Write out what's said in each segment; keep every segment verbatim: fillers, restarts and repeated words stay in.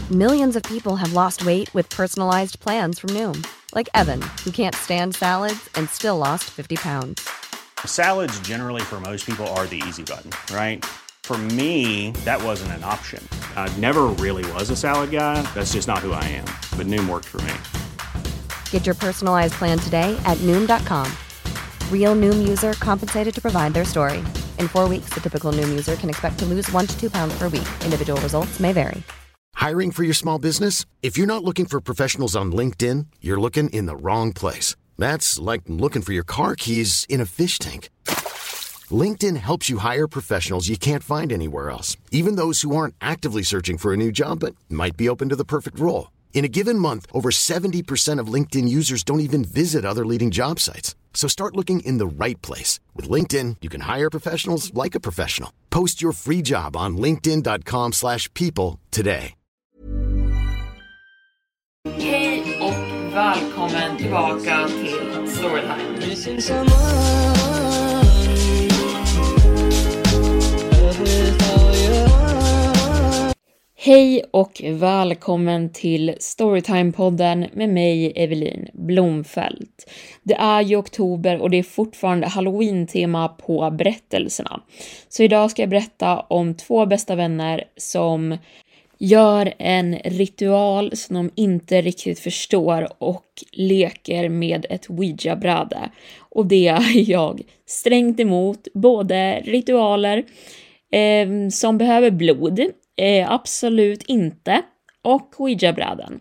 Millions of people have lost weight with personalized plans from Noom. Like Evan, who can't stand salads and still lost fifty pounds. Salads generally for most people are the easy button, right? For me, that wasn't an option. I never really was a salad guy. That's just not who I am. But Noom worked for me. Get your personalized plan today at Noom dot com. Real Noom user compensated to provide their story. In four weeks, the typical Noom user can expect to lose one to two pounds per week. Individual results may vary. Hiring for your small business? If you're not looking for professionals on LinkedIn, you're looking in the wrong place. That's like looking for your car keys in a fish tank. LinkedIn helps you hire professionals you can't find anywhere else, even those who aren't actively searching for a new job but might be open to the perfect role. In a given month, over seventy percent of LinkedIn users don't even visit other leading job sites. So start looking in the right place. With LinkedIn, you can hire professionals like a professional. Post your free job on linkedin dot com slash people today. Hej och välkommen tillbaka till Storytime. Hej och välkommen till Storytime-podden med mig, Evelin Blomfelt. Det är ju oktober och det är fortfarande Halloween-tema på berättelserna. Så idag ska jag berätta om två bästa vänner som gör en ritual som de inte riktigt förstår och leker med ett Ouija-bräde. Och det är jag strängt emot, både ritualer eh, som behöver blod, Eh, absolut inte, och Ouija-bräden.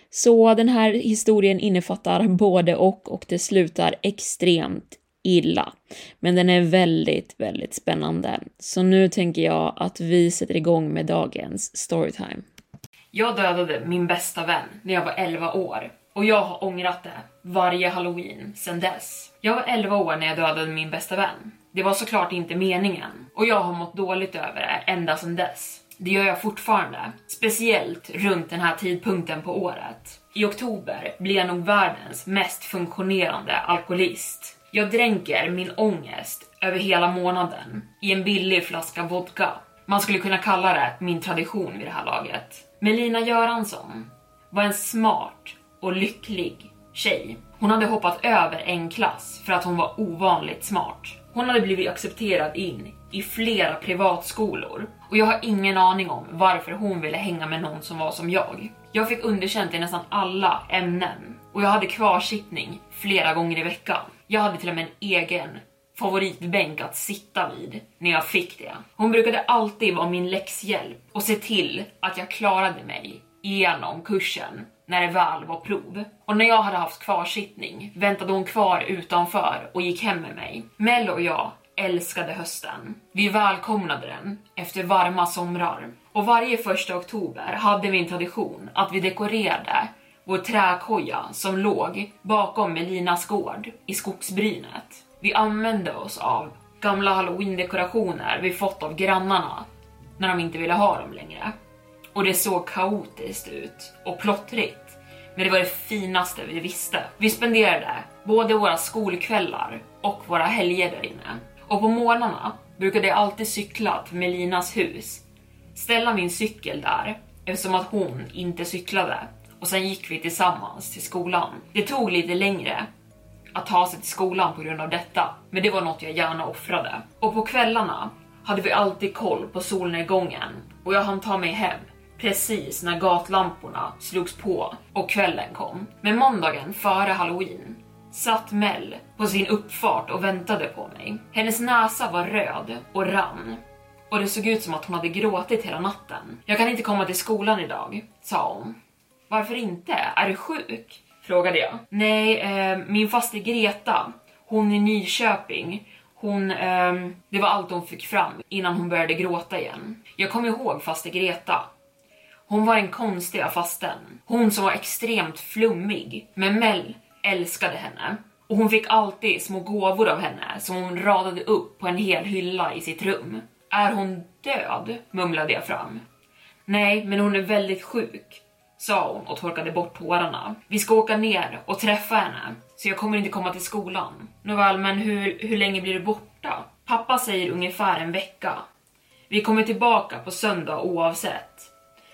Så den här historien innefattar både och och det slutar extremt illa. Men den är väldigt, väldigt spännande. Så nu tänker jag att vi sätter igång med dagens storytime. Jag dödade min bästa vän när jag var elva år. Och jag har ångrat det varje Halloween sedan dess. Jag var elva år när jag dödade min bästa vän. Det var såklart inte meningen. Och jag har mått dåligt över det ända sedan dess. Det gör jag fortfarande, speciellt runt den här tidpunkten på året. I oktober blir jag nog världens mest funktionerande alkoholist. Jag dränker min ångest över hela månaden i en billig flaska vodka. Man skulle kunna kalla det min tradition vid det här laget. Melina Göransson var en smart och lycklig tjej. Hon hade hoppat över en klass för att hon var ovanligt smart. Hon hade blivit accepterad in i flera privatskolor. Och jag har ingen aning om varför hon ville hänga med någon som var som jag. Jag fick underkänt i nästan alla ämnen. Och jag hade kvarsittning flera gånger i veckan. Jag hade till och med en egen favoritbänk att sitta vid när jag fick det. Hon brukade alltid vara min läxhjälp och se till att jag klarade mig igenom kursen när det väl var prov. Och när jag hade haft kvarsittning väntade hon kvar utanför och gick hem med mig. Mel och jag älskade hösten. Vi välkomnade den efter varma somrar. Och varje första oktober hade vi en tradition att vi dekorerade vår träkoja som låg bakom Melinas gård i skogsbrynet. Vi använde oss av gamla Halloween-dekorationer vi fått av grannarna när de inte ville ha dem längre. Och det såg kaotiskt ut och plottrigt. Men det var det finaste vi visste. Vi spenderade både våra skolkvällar och våra helger där inne. Och på morgnarna brukade jag alltid cykla till Melinas hus. Ställa min cykel där eftersom att hon inte cyklade. Och sen gick vi tillsammans till skolan. Det tog lite längre att ta sig till skolan på grund av detta. Men det var något jag gärna offrade. Och på kvällarna hade vi alltid koll på solnedgången. Och jag hann ta mig hem precis när gatlamporna slogs på och kvällen kom. Men måndagen före Halloween satt Mel på sin uppfart och väntade på mig. Hennes näsa var röd och rann. Och det såg ut som att hon hade gråtit hela natten. Jag kan inte komma till skolan idag, sa hon. Varför inte? Är du sjuk? Frågade jag. Nej, eh, min faster Greta, hon i Nyköping. Hon, eh, det var allt hon fick fram innan hon började gråta igen. Jag kommer ihåg faster Greta. Hon var en konstiga fasten. Hon som var extremt flummig. Men Mel älskade henne. Och hon fick alltid små gåvor av henne som hon radade upp på en hel hylla i sitt rum. Är hon död? Mumlade jag fram. Nej, men hon är väldigt sjuk, sa hon och torkade bort tårarna. Vi ska åka ner och träffa henne, så jag kommer inte komma till skolan. Nåväl, men hur, hur länge blir du borta? Pappa säger ungefär en vecka. Vi kommer tillbaka på söndag oavsett.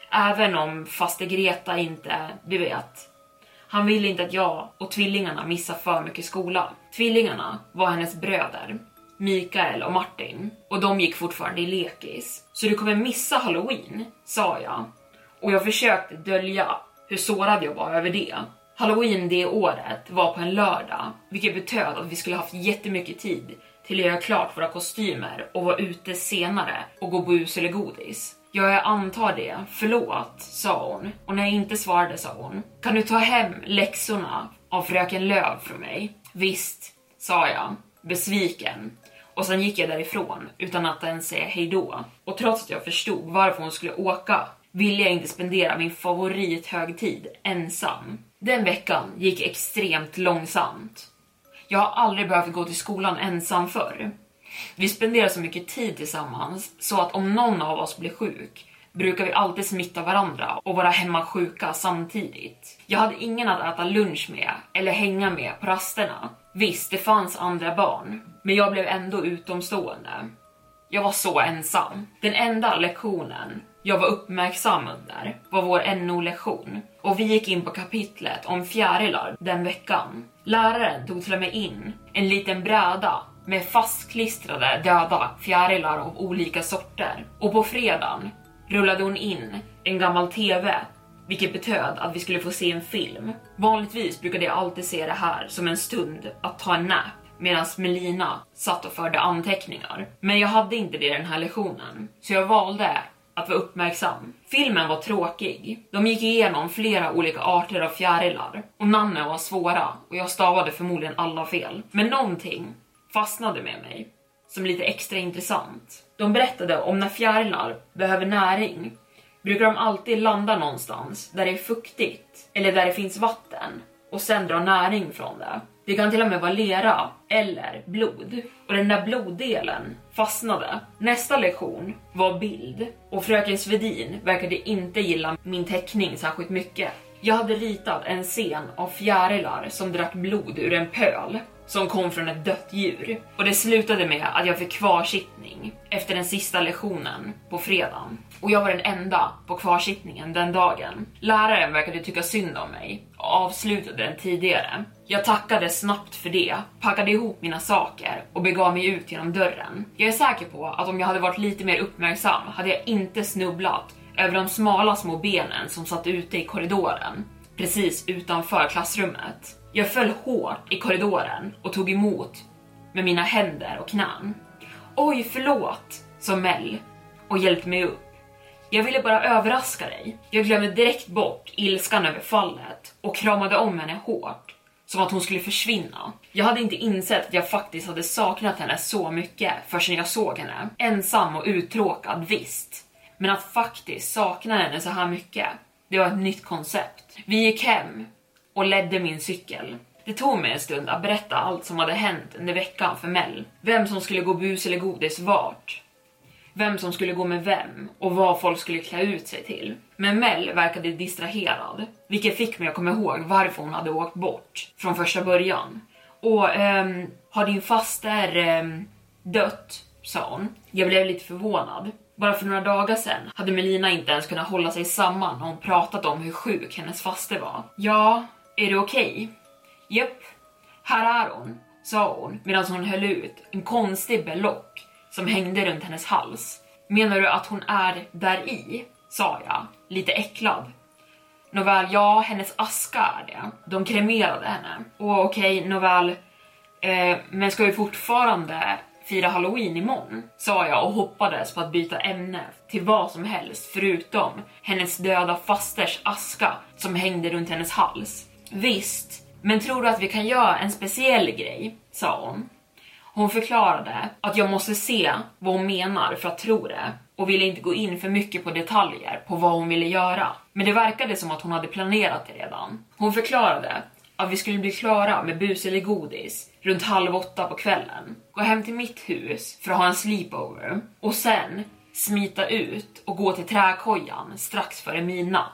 Även om faste Greta inte, du vet. Han ville inte att jag och tvillingarna missar för mycket skola. Tvillingarna var hennes bröder, Mikael och Martin. Och de gick fortfarande i lekis. Så du kommer missa Halloween, sa jag. Och jag försökte dölja hur sårad jag var över det. Halloween det året var på en lördag, vilket betöd att vi skulle haft jättemycket tid till att göra klart våra kostymer och vara ute senare och gå bus eller godis. Ja, jag antar det. Förlåt, sa hon. Och när jag inte svarade sa hon: kan du ta hem läxorna av fröken Löv från mig? Visst, sa jag, besviken. Och sen gick jag därifrån utan att ens säga hejdå. Och trots att jag förstod varför hon skulle åka ville jag inte spendera min favorithögtid ensam. Den veckan gick extremt långsamt. Jag har aldrig behövt gå till skolan ensam förr. Vi spenderar så mycket tid tillsammans så att om någon av oss blir sjuk brukar vi alltid smitta varandra och vara hemma sjuka samtidigt. Jag hade ingen att äta lunch med eller hänga med på rasterna. Visst, det fanns andra barn, men jag blev ändå utomstående. Jag var så ensam. Den enda lektionen jag var uppmärksam under var vår N O-lektion. Och vi gick in på kapitlet om fjärilar den veckan. Läraren tog till och med in en liten bräda med fastklistrade döda fjärilar av olika sorter. Och på fredagen rullade hon in en gammal tv, vilket betöd att vi skulle få se en film. Vanligtvis brukade jag alltid se det här som en stund att ta en nap, medan Melina satt och förde anteckningar. Men jag hade inte det den här lektionen, så jag valde att vara uppmärksam. Filmen var tråkig. De gick igenom flera olika arter av fjärilar. Och namnen var svåra och jag stavade förmodligen alla fel. Men någonting fastnade med mig som lite extra intressant. De berättade om när fjärilar behöver näring brukar de alltid landa någonstans där det är fuktigt eller där det finns vatten och sen dra näring från det. Det kan till och med vara lera eller blod. Och den där bloddelen fastnade. Nästa lektion var bild. Och fröken Svedin verkade inte gilla min teckning särskilt mycket. Jag hade ritat en scen av fjärilar som drack blod ur en pöl som kom från ett dött djur. Och det slutade med att jag fick kvarsittning efter den sista lektionen på fredagen. Och jag var den enda på kvarsittningen den dagen. Läraren verkade tycka synd om mig och avslutade den tidigare. Jag tackade snabbt för det, packade ihop mina saker och begav mig ut genom dörren. Jag är säker på att om jag hade varit lite mer uppmärksam hade jag inte snubblat över de smala små benen som satt ute i korridoren, precis utanför klassrummet. Jag föll hårt i korridoren och tog emot med mina händer och knän. Oj, förlåt, sa Mel och hjälpte mig upp. Jag ville bara överraska dig. Jag glömde direkt bort ilskan över fallet och kramade om henne hårt, som att hon skulle försvinna. Jag hade inte insett att jag faktiskt hade saknat henne så mycket förrän jag såg henne. Ensam och uttråkad, visst. Men att faktiskt sakna henne så här mycket, det var ett nytt koncept. Vi gick hem och ledde min cykel. Det tog mig en stund att berätta allt som hade hänt under veckan för Mel. Vem som skulle gå bus eller godis vart. Vem som skulle gå med vem och vad folk skulle klä ut sig till. Men Mel verkade distraherad, vilket fick mig att komma ihåg varför hon hade åkt bort från första början. Och ähm, har din faster ähm, dött, sa hon. Jag blev lite förvånad. Bara för några dagar sedan hade Melina inte ens kunnat hålla sig samman när hon pratat om hur sjuk hennes faster var. Ja, är det okej? Okay? Japp, här är hon, sa hon medan hon höll ut en konstig belock som hängde runt hennes hals. Menar du att hon är där i? Sa jag, lite äcklad. Nåväl, ja, hennes aska är det. De kremerade henne. Och okej, okay, nåväl, eh, men ska vi fortfarande fira Halloween imorgon? Sa jag och hoppades på att byta ämne till vad som helst förutom hennes döda fasters aska som hängde runt hennes hals. Visst, men tror du att vi kan göra en speciell grej? Sa hon. Hon förklarade att jag måste se vad hon menar för att tro det och ville inte gå in för mycket på detaljer på vad hon ville göra. Men det verkade som att hon hade planerat det redan. Hon förklarade att vi skulle bli klara med bus eller godis runt halv åtta på kvällen. Gå hem till mitt hus för att ha en sleepover och sen smita ut och gå till träkojan strax före midnatt.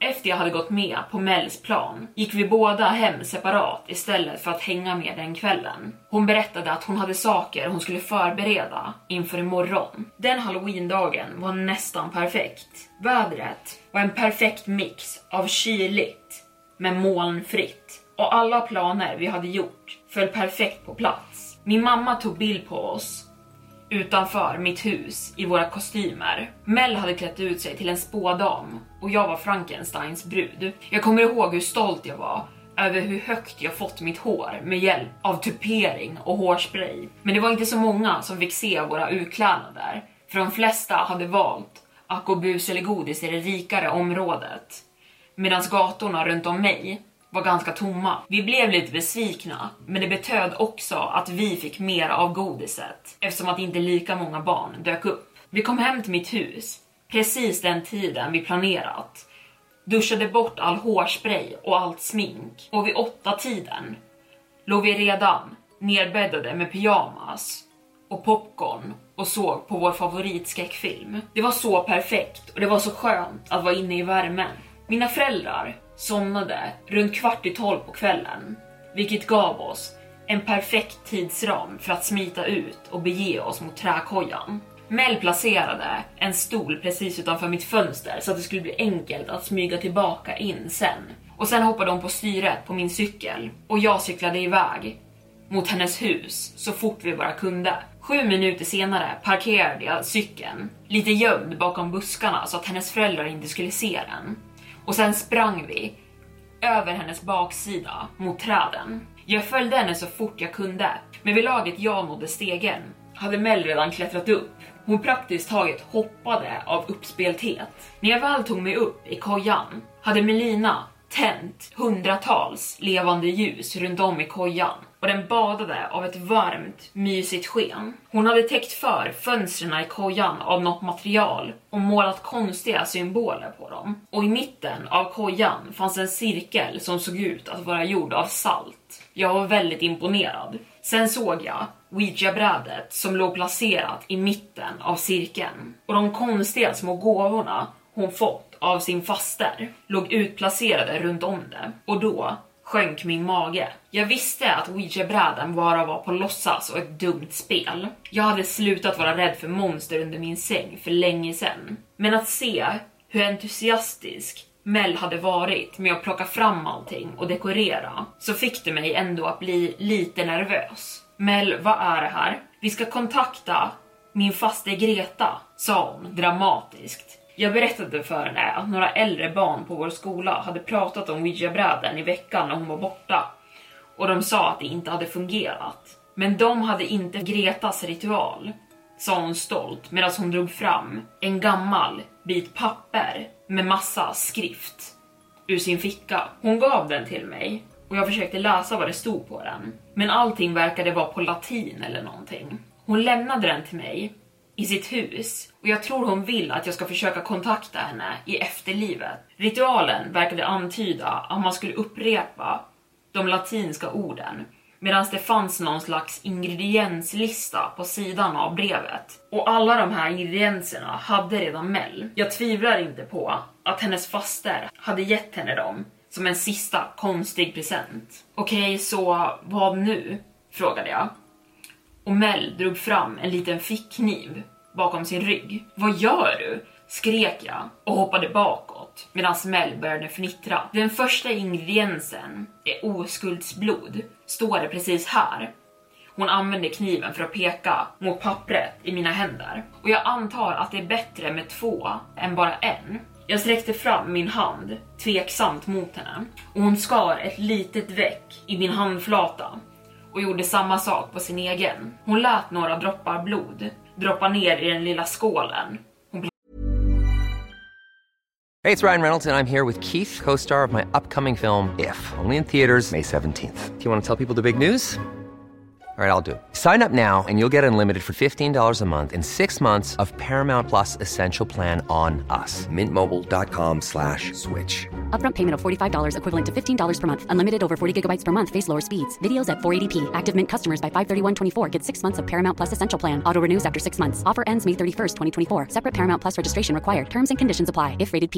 Efter jag hade gått med på Mels plan gick vi båda hem separat istället för att hänga med den kvällen. Hon berättade att hon hade saker hon skulle förbereda inför imorgon. Den Halloween-dagen var nästan perfekt. Vädret var en perfekt mix av kyligt men molnfritt. Och alla planer vi hade gjort föll perfekt på plats. Min mamma tog bild på oss utanför mitt hus i våra kostymer. Mel hade klätt ut sig till en spådam och jag var Frankensteins brud. Jag kommer ihåg hur stolt jag var över hur högt jag fått mitt hår med hjälp av tupering och hårspray. Men det var inte så många som fick se våra utklädnader, för de flesta hade valt att gå bus eller godis i det rikare området, medan gatorna runt om mig var ganska tomma. Vi blev lite besvikna, men det betöd också att vi fick mer av godiset eftersom att inte lika många barn dök upp. Vi kom hem till mitt hus precis den tiden vi planerat, duschade bort all hårspray och allt smink, och vid åtta tiden låg vi redan nerbäddade med pyjamas och popcorn och såg på vår favoritskräckfilm. Det var så perfekt och det var så skönt att vara inne i värmen. Mina föräldrar somnade runt kvart i tolv på kvällen, vilket gav oss en perfekt tidsram för att smita ut och bege oss mot träkojan. Mel placerade en stol precis utanför mitt fönster så att det skulle bli enkelt att smyga tillbaka in sen. Och sen hoppade de på styret på min cykel och jag cyklade iväg mot hennes hus så fort vi bara kunde. Sju minuter senare parkerade jag cykeln lite gömd bakom buskarna så att hennes föräldrar inte skulle se den. Och sen sprang vi över hennes baksida mot träden. Jag följde henne så fort jag kunde, men vid laget jag nådde stegen hade Mel redan klättrat upp. Hon praktiskt taget hoppade av uppspelthet. När jag väl tog mig upp i kojan hade Melina tänt hundratals levande ljus runt om i kojan och den badade av ett varmt, mysigt sken. Hon hade täckt för fönstren i kojan av något material och målat konstiga symboler på dem. Och i mitten av kojan fanns en cirkel som såg ut att vara gjord av salt. Jag var väldigt imponerad. Sen såg jag Ouija-brädet som låg placerat i mitten av cirkeln. Och de konstiga små gåvorna hon fått av sin faster låg utplacerade runt om det. Och då sjönk min mage. Jag visste att Ouija-bräden bara var på låtsas och ett dumt spel. Jag hade slutat vara rädd för monster under min säng för länge sedan. Men att se hur entusiastisk Mel hade varit med att plocka fram allting och dekorera, så fick det mig ändå att bli lite nervös. Mel, vad är det här? Vi ska kontakta min faste Greta, sa hon dramatiskt. Jag berättade för henne att några äldre barn på vår skola hade pratat om Ouija-bräden i veckan när hon var borta. Och de sa att det inte hade fungerat. Men de hade inte Gretas ritual, sa hon stolt medan hon drog fram en gammal bit papper med massa skrift ur sin ficka. Hon gav den till mig och jag försökte läsa vad det stod på den. Men allting verkade vara på latin eller någonting. Hon lämnade den till mig i sitt hus och jag tror hon vill att jag ska försöka kontakta henne i efterlivet. Ritualen verkade antyda att man skulle upprepa de latinska orden, medan det fanns någon slags ingredienslista på sidan av brevet. Och alla de här ingredienserna hade redan Mel. Jag tvivlar inte på att hennes faster hade gett henne dem som en sista konstig present. Okej, okay, så vad nu? Frågade jag. Och Mel drog fram en liten fickkniv bakom sin rygg. Vad gör du? Skrek jag och hoppade bakåt medan Mel började fnittra. Den första ingrediensen är oskuldsblod, står det precis här. Hon använde kniven för att peka mot pappret i mina händer. Och jag antar att det är bättre med två än bara en. Jag sträckte fram min hand tveksamt mot henne. Och hon skar ett litet veck i min handflata och gjorde samma sak på sin egen. Hon lät några droppar blod droppa ner i den lilla skålen. Hey, it's Ryan Reynolds, and I'm here with Keith, co-star of my upcoming film, If, only in theaters May seventeenth. Do you want to tell people the big news? All right, I'll do it. Sign up now and you'll get unlimited for fifteen dollars a month and six months of Paramount Plus Essential Plan on us. Mint Mobile dot com slash switch. Upfront payment of forty-five dollars equivalent to fifteen dollars per month. Unlimited over forty gigabytes per month. Face lower speeds. Videos at four eighty p. Active Mint customers by five thirty-one twenty-four get six months of Paramount Plus Essential Plan. Auto renews after six months. Offer ends May thirty-first, twenty twenty-four. Separate Paramount Plus registration required. Terms and conditions apply if rated P G.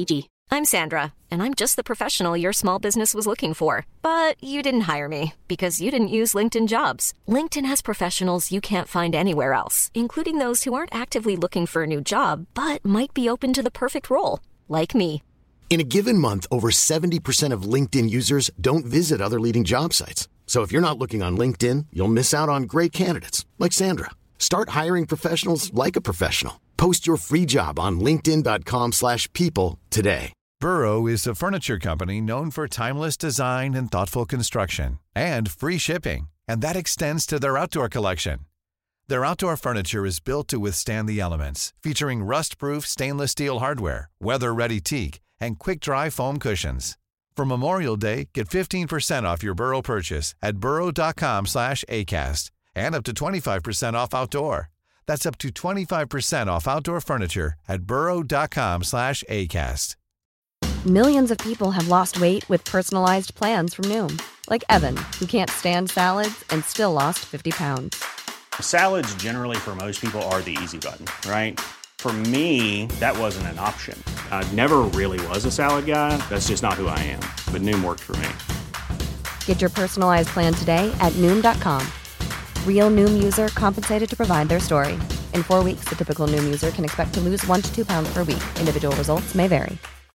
I'm Sandra, and I'm just the professional your small business was looking for. But you didn't hire me because you didn't use LinkedIn Jobs. LinkedIn has professionals you can't find anywhere else, including those who aren't actively looking for a new job, but might be open to the perfect role, like me. In a given month, over seventy percent of LinkedIn users don't visit other leading job sites. So if you're not looking on LinkedIn, you'll miss out on great candidates like Sandra. Start hiring professionals like a professional. Post your free job on linkedin dot com slash people today. Burrow is a furniture company known for timeless design and thoughtful construction and free shipping, and that extends to their outdoor collection. Their outdoor furniture is built to withstand the elements, featuring rust-proof stainless steel hardware, weather-ready teak, and quick-dry foam cushions. For Memorial Day, get fifteen percent off your Burrow purchase at burrow dot com slash acast and up to twenty-five percent off outdoor. That's up to twenty-five percent off outdoor furniture at burrow dot com slash acast. Millions of people have lost weight with personalized plans from Noom. Like Evan, who can't stand salads and still lost fifty pounds. Salads generally for most people are the easy button, right? For me, that wasn't an option. I never really was a salad guy. That's just not who I am. But Noom worked for me. Get your personalized plan today at Noom dot com. Real Noom user compensated to provide their story. In four weeks, the typical Noom user can expect to lose one to two pounds per week. Individual results may vary.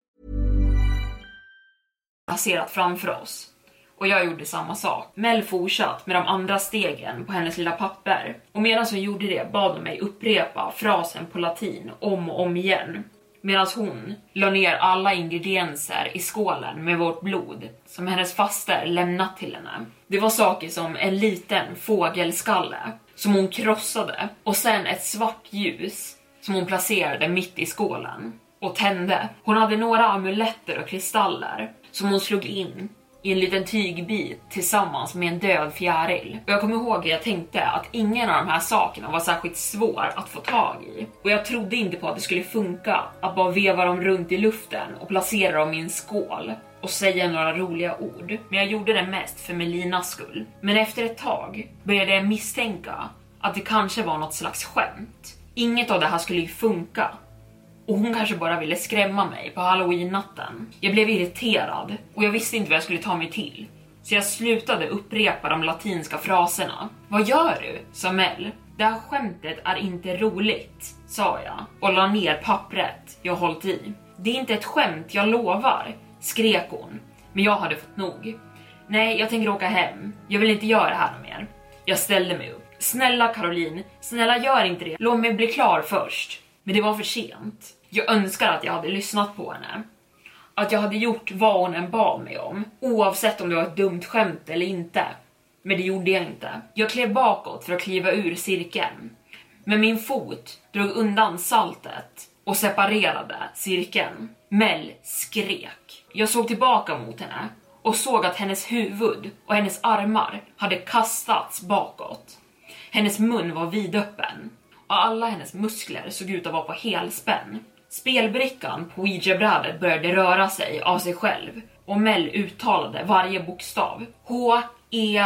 Passerat framför oss. Och jag gjorde samma sak. Mel fortsatt med de andra stegen på hennes lilla papper. Och medan hon gjorde det bad hon mig upprepa frasen på latin om och om igen. Medan hon la ner alla ingredienser i skålen med vårt blod som hennes faster lämnat till henne. Det var saker som en liten fågelskalle som hon krossade och sen ett svart ljus som hon placerade mitt i skålen och tände. Hon hade några amuletter och kristaller som hon slog in i en liten tygbit tillsammans med en död fjäril. Och jag kommer ihåg att jag tänkte att ingen av de här sakerna var särskilt svår att få tag i. Och jag trodde inte på att det skulle funka att bara veva dem runt i luften och placera dem i en skål och säga några roliga ord. Men jag gjorde det mest för Melinas skull. Men efter ett tag började jag misstänka att det kanske var något slags skämt. Inget av det här skulle ju funka. Och hon kanske bara ville skrämma mig på Halloween-natten. Jag blev irriterad och jag visste inte vad jag skulle ta mig till. Så jag slutade upprepa de latinska fraserna. Vad gör du? Sa Mel. Det här skämtet är inte roligt, sa jag och la ner pappret jag hållit i. Det är inte ett skämt, jag lovar, skrek hon. Men jag hade fått nog. Nej, jag tänker åka hem. Jag vill inte göra det här mer. Jag ställde mig upp. Snälla Caroline, snälla gör inte det. Låt mig bli klar först. Men det var för sent. Jag önskar att jag hade lyssnat på henne. Att jag hade gjort vad hon än bad mig om. Oavsett om det var ett dumt skämt eller inte. Men det gjorde jag inte. Jag klev bakåt för att kliva ur cirkeln. Men min fot drog undan saltet och separerade cirkeln. Mel skrek. Jag såg tillbaka mot henne och såg att hennes huvud och hennes armar hade kastats bakåt. Hennes mun var vidöppen. Och alla hennes muskler såg ut att vara på helspänn. Spelbrickan på Ouija-brädet började röra sig av sig själv. Och Mel uttalade varje bokstav. H, E,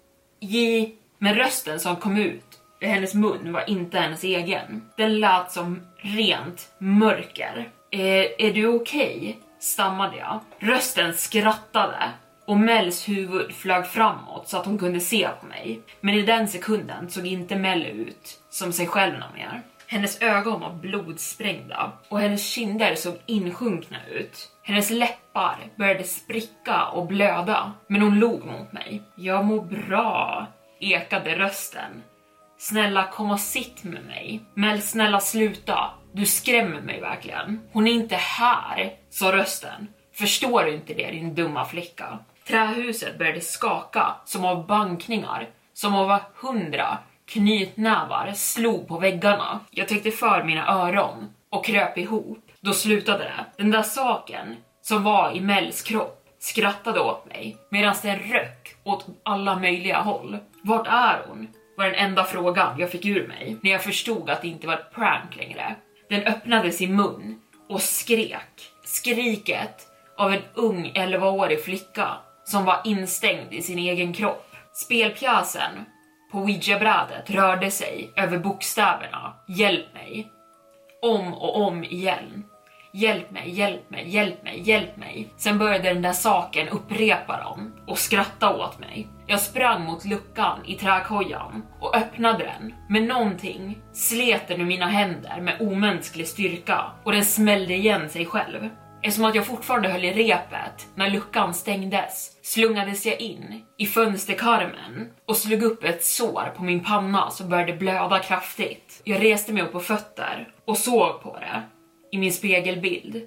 J. Men rösten som kom ut i hennes mun var inte hennes egen. Den lät som rent mörker. Eh, är du okej? Okay? Stammade jag. Rösten skrattade. Och Mels huvud flög framåt så att hon kunde se på mig. Men i den sekunden såg inte Mel ut som sig själv mer. Hennes ögon var blodsprängda och hennes kinder såg insjunkna ut. Hennes läppar började spricka och blöda, men hon log mot mig. Jag mår bra, ekade rösten. Snälla kom och sitt med mig. Mel, snälla sluta. Du skrämmer mig verkligen. Hon är inte här, sa rösten. Förstår du inte det, din dumma flicka? Trähuset började skaka som av bankningar, som av hundra knytnävar slog på väggarna. Jag täckte för mina öron och kröp ihop. Då slutade det. Den där saken som var i Mels kropp skrattade åt mig medan den rök åt alla möjliga håll. Vart är hon? Var den enda frågan jag fick ur mig när jag förstod att det inte var ett prank längre. Den öppnade sin mun och skrek. Skriket av en ung elvaårig flicka som var instängd i sin egen kropp. Spelpjäsen på Ouija-brädet rörde sig över bokstäverna. Hjälp mig. Om och om igen. Hjälp mig, hjälp mig, hjälp mig, hjälp mig. Sen började den där saken upprepa dem och skratta åt mig. Jag sprang mot luckan i träkojan och öppnade den. Men någonting slet den ur mina händer med omänsklig styrka och den smällde igen sig själv. Eftersom att jag fortfarande höll i repet när luckan stängdes slungades jag in i fönsterkarmen och slog upp ett sår på min panna som började blöda kraftigt. Jag reste mig upp på fötter och såg på det i min spegelbild.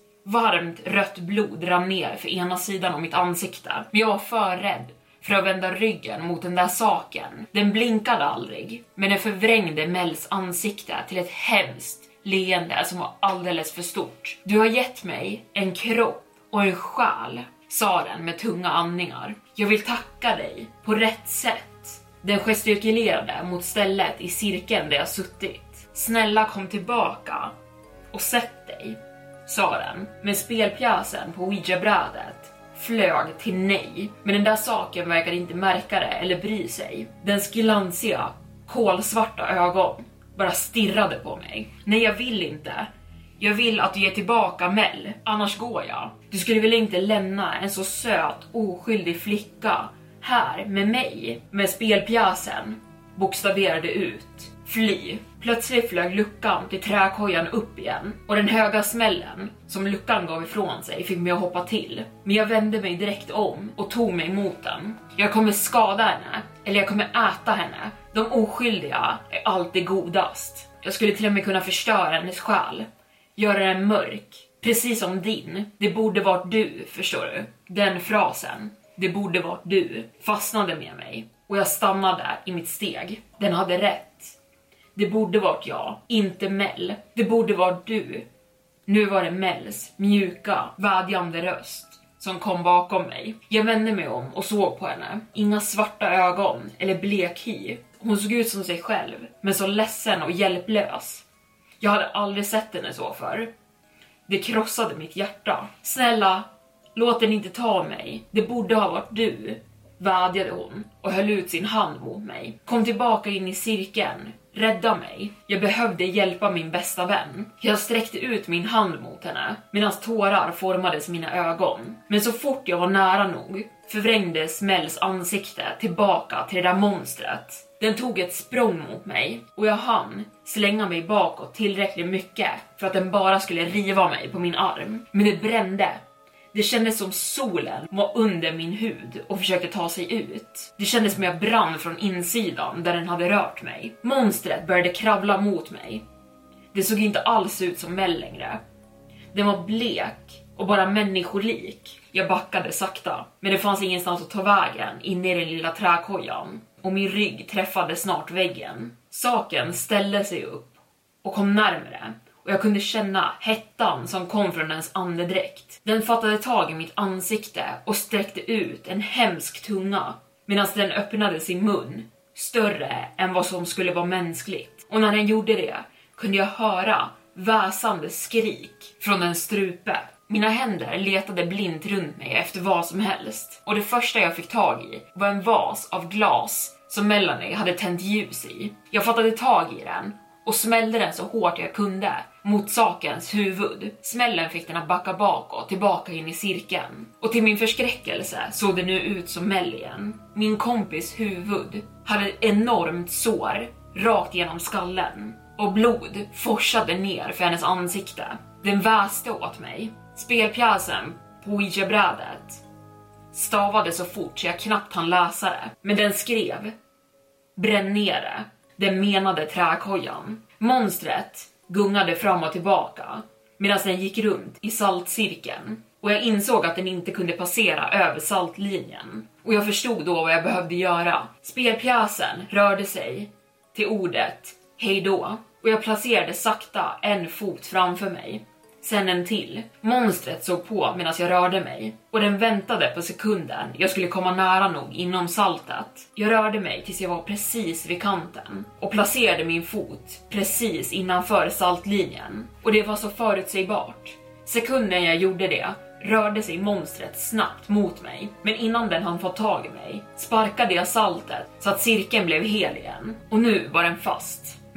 Varmt rött blod rann ner för ena sidan av mitt ansikte. Men jag var för rädd för att vända ryggen mot den där saken. Den blinkade aldrig, men den förvrängde Mels ansikte till ett hemskt leende som var alldeles för stort. Du har gett mig en kropp och en själ, sa den med tunga andningar. Jag vill tacka dig på rätt sätt. Den gestikulerade mot stället i cirkeln där jag suttit. Snälla kom tillbaka och sätt dig, sa den. Men spelpjäsen på Ouija-brädet flög till nej. Men den där saken verkade inte märka det eller bry sig. Dens glansiga, kolsvarta ögon bara stirrade på mig. Nej, jag vill inte. Jag vill att du ger tillbaka Mel, annars går jag. Du skulle väl inte lämna en så söt, oskyldig flicka här med mig? Med spelpjäsen bokstaverade ut. Fly. Plötsligt flög luckan till träkojan upp igen och den höga smällen som luckan gav ifrån sig fick mig att hoppa till. Men jag vände mig direkt om och tog mig mot den. Jag kommer skada henne, eller jag kommer äta henne. De oskyldiga är alltid godast. Jag skulle till och med kunna förstöra hennes själ. Göra den mörk, precis som din. Det borde varit du, förstår du. Den frasen, det borde varit du, fastnade med mig. Och jag stannade i mitt steg. Den hade rätt. Det borde varit jag, inte Mel. Det borde varit du. Nu var det Mels mjuka, vädjande röst som kom bakom mig. Jag vände mig om och såg på henne. Inga svarta ögon eller blek hy. Hon såg ut som sig själv, men så ledsen och hjälplös. Jag hade aldrig sett henne så förr. Det krossade mitt hjärta. Snälla, låt den inte ta mig. Det borde ha varit du, vädjade hon och höll ut sin hand mot mig. Kom tillbaka in i cirkeln. Rädda mig. Jag behövde hjälpa min bästa vän. Jag sträckte ut min hand mot henne medan tårar formades mina ögon. Men så fort jag var nära nog förvrängdes Mels ansikte tillbaka till det där monstret. Den tog ett språng mot mig och jag hann slänga mig bakåt tillräckligt mycket för att den bara skulle riva mig på min arm. Men det brände. Det kändes som solen var under min hud och försökte ta sig ut. Det kändes som jag brann från insidan där den hade rört mig. Monstret började kravla mot mig. Det såg inte alls ut som Mel längre. Den var blek och bara människolik. Jag backade sakta, men det fanns ingenstans att ta vägen in i den lilla träkojan. Och min rygg träffade snart väggen. Saken ställde sig upp och kom närmare. Och jag kunde känna hettan som kom från dens andedräkt. Den fattade tag i mitt ansikte och sträckte ut en hemsk tunga. Medan den öppnade sin mun, större än vad som skulle vara mänskligt. Och när den gjorde det kunde jag höra väsande skrik från den strupe. Mina händer letade blint runt mig efter vad som helst. Och det första jag fick tag i var en vas av glas som Melanie hade tänt ljus i. Jag fattade tag i den och smällde den så hårt jag kunde mot sakens huvud. Smällen fick den att backa bakåt, tillbaka in i cirkeln. Och till min förskräckelse såg det nu ut som Mel igen. Min kompis huvud hade ett enormt sår rakt genom skallen. Och blod forsade ner för hennes ansikte. Den väste åt mig. Spelpjäsen på Ouija-brädet stavade så fort så jag knappt hann läsa det. Men den skrev: bränn ner det. Den menade träkojan. Monstret gungade fram och tillbaka medan den gick runt i saltcirkeln. Och jag insåg att den inte kunde passera över saltlinjen. Och jag förstod då vad jag behövde göra. Spelpjäsen rörde sig till ordet hej då. Och jag placerade sakta en fot framför mig. Sen en till. Monstret såg på medan jag rörde mig. Och den väntade på sekunden jag skulle komma nära nog inom saltet. Jag rörde mig tills jag var precis vid kanten. Och placerade min fot precis innanför saltlinjen. Och det var så förutsägbart. Sekunden jag gjorde det rörde sig monstret snabbt mot mig. Men innan den hann få tag i mig sparkade jag saltet så att cirkeln blev hel igen. Och nu var den fast.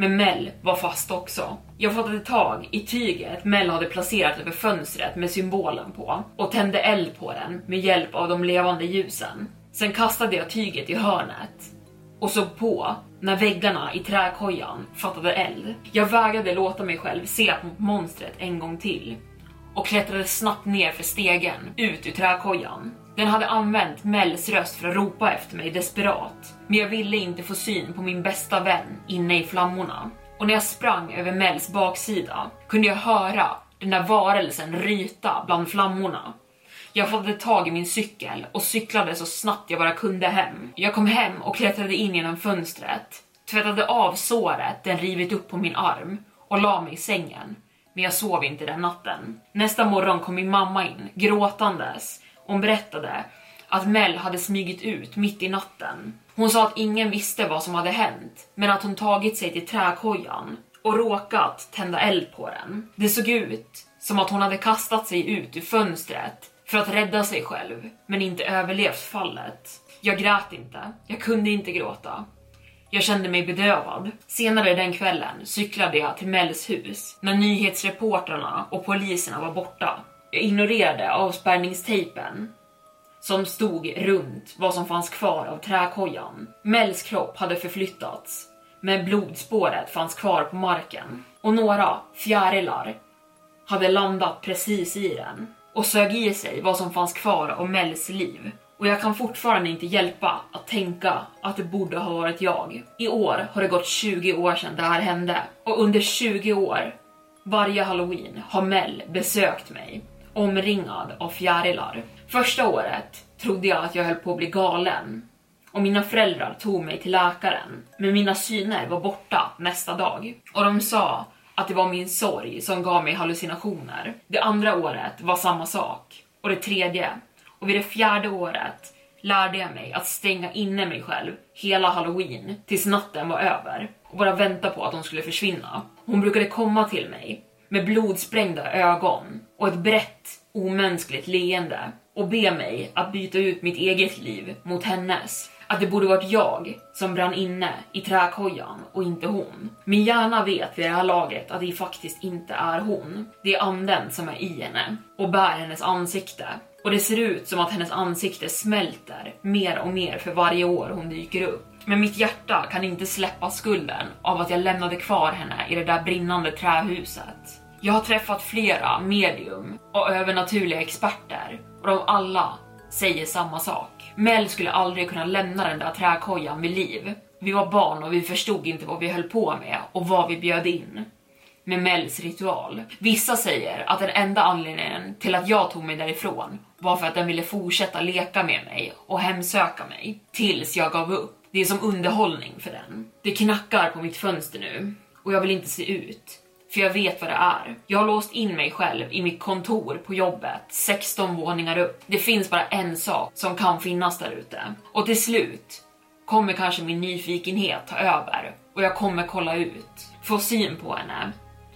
Men Mel var fast också. Jag fattade tag i tyget Mel hade placerat över fönstret med symbolen på och tände eld på den med hjälp av de levande ljusen. Sen kastade jag tyget i hörnet och såg på när väggarna i träkojan fattade eld. Jag vägrade låta mig själv se mot monstret en gång till och klättrade snabbt ner för stegen ut ur träkojan. Den hade använt Mels röst för att ropa efter mig desperat, men jag ville inte få syn på min bästa vän inne i flammorna. Och när jag sprang över Mels baksida kunde jag höra den där varelsen ryta bland flammorna. Jag fattade tag i min cykel och cyklade så snabbt jag bara kunde hem. Jag kom hem och klättrade in genom fönstret, tvättade av såret den rivit upp på min arm och la mig i sängen. Men jag sov inte den natten. Nästa morgon kom min mamma in, gråtandes. Hon berättade att Mel hade smygit ut mitt i natten. Hon sa att ingen visste vad som hade hänt, men att hon tagit sig till träkojan och råkat tända eld på den. Det såg ut som att hon hade kastat sig ut ur fönstret för att rädda sig själv, men inte överlevt fallet. Jag grät inte. Jag kunde inte gråta. Jag kände mig bedövad. Senare den kvällen cyklade jag till Mels hus när nyhetsreportrarna och poliserna var borta. Jag ignorerade avspärrningstejpen som stod runt vad som fanns kvar av träkojan. Mels kropp hade förflyttats, men blodspåret fanns kvar på marken. Och några fjärilar hade landat precis i den och sög i sig vad som fanns kvar av Mels liv. Och jag kan fortfarande inte hjälpa att tänka att det borde ha varit jag. I år har det gått tjugo år sedan det här hände. Och under tjugo år, varje Halloween, har Mel besökt mig, omringad av fjärilar. Första året trodde jag att jag höll på att bli galen. Och mina föräldrar tog mig till läkaren. Men mina syner var borta nästa dag. Och de sa att det var min sorg som gav mig hallucinationer. Det andra året var samma sak. Och det tredje. Och vid det fjärde året lärde jag mig att stänga inne mig själv hela Halloween tills natten var över och bara vänta på att de skulle försvinna. Hon brukade komma till mig med blodsprängda ögon och ett brett, omänskligt leende och be mig att byta ut mitt eget liv mot hennes. Att det borde varit jag som brann inne i träkojan och inte hon. Min hjärna vet vid det här laget att det faktiskt inte är hon. Det är anden som är i henne och bär hennes ansikte. Och det ser ut som att hennes ansikte smälter mer och mer för varje år hon dyker upp. Men mitt hjärta kan inte släppa skulden av att jag lämnade kvar henne i det där brinnande trähuset. Jag har träffat flera medium och övernaturliga experter och de alla säger samma sak. Mel skulle aldrig kunna lämna den där träkojan vid liv. Vi var barn och vi förstod inte vad vi höll på med och vad vi bjöd in med Mels ritual. Vissa säger att den enda anledningen till att jag tog mig därifrån var för att den ville fortsätta leka med mig och hemsöka mig tills jag gav upp. Det är som underhållning för den. Det knackar på mitt fönster nu och jag vill inte se ut. För jag vet vad det är. Jag har låst in mig själv i mitt kontor på jobbet, sexton våningar upp. Det finns bara en sak som kan finnas där ute. Och till slut kommer kanske min nyfikenhet ta över och jag kommer kolla ut. Få syn på henne.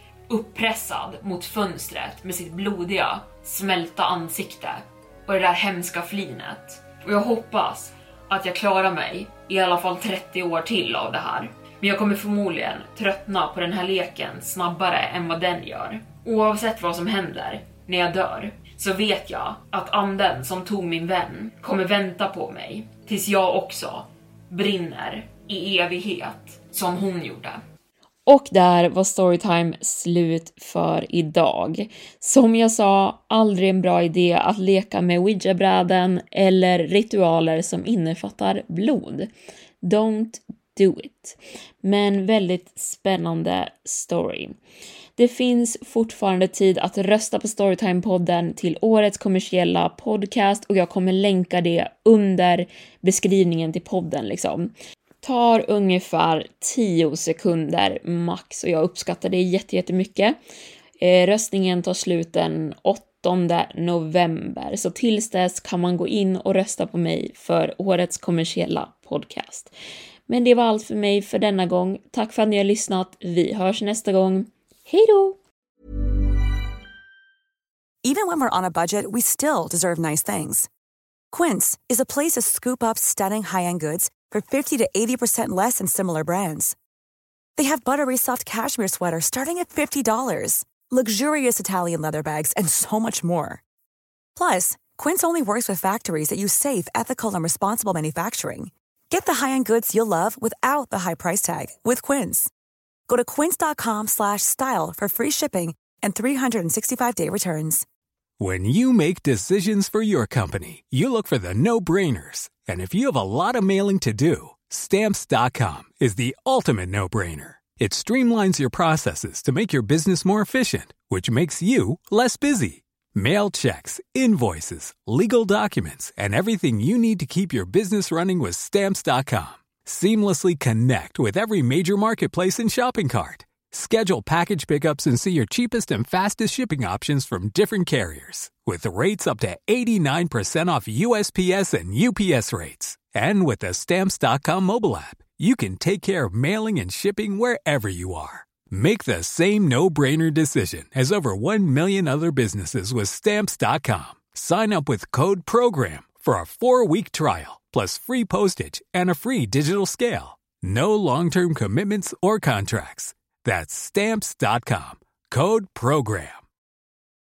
Uppressad mot fönstret med sitt blodiga, smälta ansikte och det där hemska flinet. Och jag hoppas att jag klarar mig i alla fall trettio år till av det här. Men jag kommer förmodligen tröttna på den här leken snabbare än vad den gör. Oavsett vad som händer när jag dör så vet jag att anden som tog min vän kommer vänta på mig tills jag också brinner i evighet som hon gjorde. Och där var Storytime slut för idag. Som jag sa, aldrig en bra idé att leka med Ouija-bräden eller ritualer som innefattar blod. Don't do it. Men väldigt spännande story. Det finns fortfarande tid att rösta på Storytime-podden till årets kommersiella podcast och jag kommer länka det under beskrivningen till podden liksom. Tar ungefär tio sekunder max och jag uppskattar det jättemycket. Eh, röstningen tar slut den åttonde november så tills dess kan man gå in och rösta på mig för årets kommersiella podcast. Men det var allt för mig för denna gång. Tack för att ni har lyssnat. Vi hörs nästa gång. Hej då! Even when we're on a budget, we still deserve nice things. Quince is a place to scoop up stunning high-end goods for fifty to eighty percent less than similar brands. They have buttery soft cashmere sweaters starting at fifty dollars, luxurious Italian leather bags, and so much more. Plus, Quince only works with factories that use safe, ethical, and responsible manufacturing. Get the high-end goods you'll love without the high price tag with Quince. Go to quince.com slash style for free shipping and three sixty-five day returns. When you make decisions for your company, you look for the no-brainers. And if you have a lot of mailing to do, Stamps dot com is the ultimate no-brainer. It streamlines your processes to make your business more efficient, which makes you less busy. Mail checks, invoices, legal documents, and everything you need to keep your business running with Stamps dot com. Seamlessly connect with every major marketplace and shopping cart. Schedule package pickups and see your cheapest and fastest shipping options from different carriers. With rates up to eighty-nine percent off U S P S and U P S rates. And with the Stamps dot com mobile app, you can take care of mailing and shipping wherever you are. Make the same no-brainer decision as over one million other businesses with Stamps dot com. Sign up with code PROGRAM for a four-week trial, plus free postage and a free digital scale. No long-term commitments or contracts. That's Stamps dot com. Code PROGRAM.